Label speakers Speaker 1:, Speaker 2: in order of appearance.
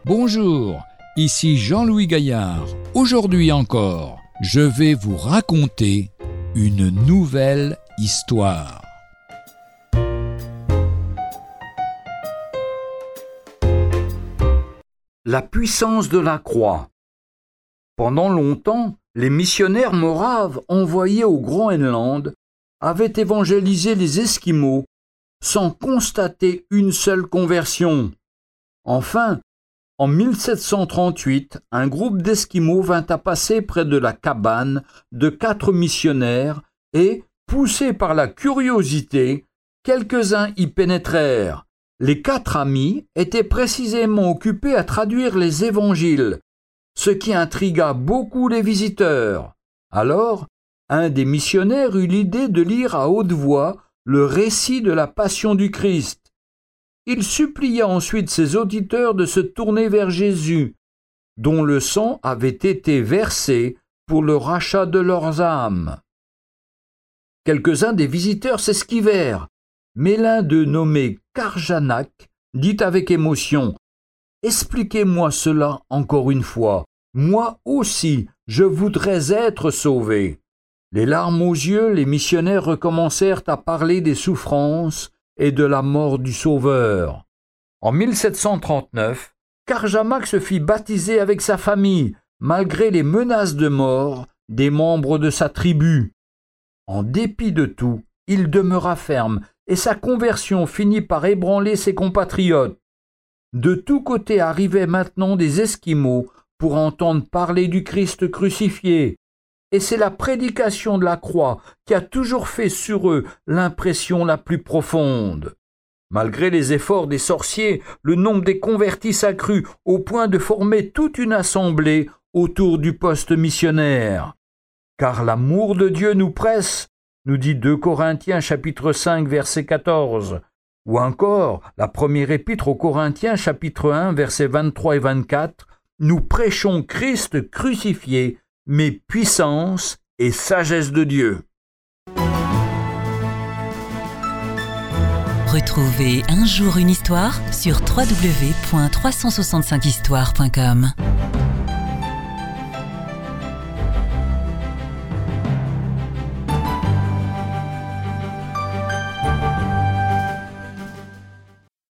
Speaker 1: Bonjour, ici Jean-Louis Gaillard. Aujourd'hui encore, je vais vous raconter une nouvelle histoire.
Speaker 2: La puissance de la croix. Pendant longtemps, les missionnaires moraves envoyés au Groenland avaient évangélisé les Esquimaux sans constater une seule conversion. Enfin, en 1738, un groupe d'Esquimaux vint à passer près de la cabane de 4 missionnaires et, poussés par la curiosité, quelques-uns y pénétrèrent. Les 4 amis étaient précisément occupés à traduire les évangiles, ce qui intrigua beaucoup les visiteurs. Alors, un des missionnaires eut l'idée de lire à haute voix le récit de la passion du Christ. Il supplia ensuite ses auditeurs de se tourner vers Jésus, dont le sang avait été versé pour le rachat de leurs âmes. Quelques-uns des visiteurs s'esquivèrent, mais l'un d'eux, nommé Karjanak, dit avec émotion « Expliquez-moi cela encore une fois. Moi aussi, je voudrais être sauvé. » Les larmes aux yeux, les missionnaires recommencèrent à parler des souffrances et de la mort du Sauveur. En 1739, Karjamak se fit baptiser avec sa famille, malgré les menaces de mort des membres de sa tribu. En dépit de tout, il demeura ferme et sa conversion finit par ébranler ses compatriotes. De tous côtés arrivaient maintenant des Esquimaux pour entendre parler du Christ crucifié. Et c'est la prédication de la croix qui a toujours fait sur eux l'impression la plus profonde. Malgré les efforts des sorciers, le nombre des convertis s'accrut au point de former toute une assemblée autour du poste missionnaire. Car l'amour de Dieu nous presse, nous dit 2 Corinthiens chapitre 5 verset 14, ou encore la première épître aux Corinthiens chapitre 1 versets 23 et 24, nous prêchons Christ crucifié, mais puissance et sagesse de Dieu.
Speaker 3: Retrouvez Un jour une histoire sur www.365histoire.com.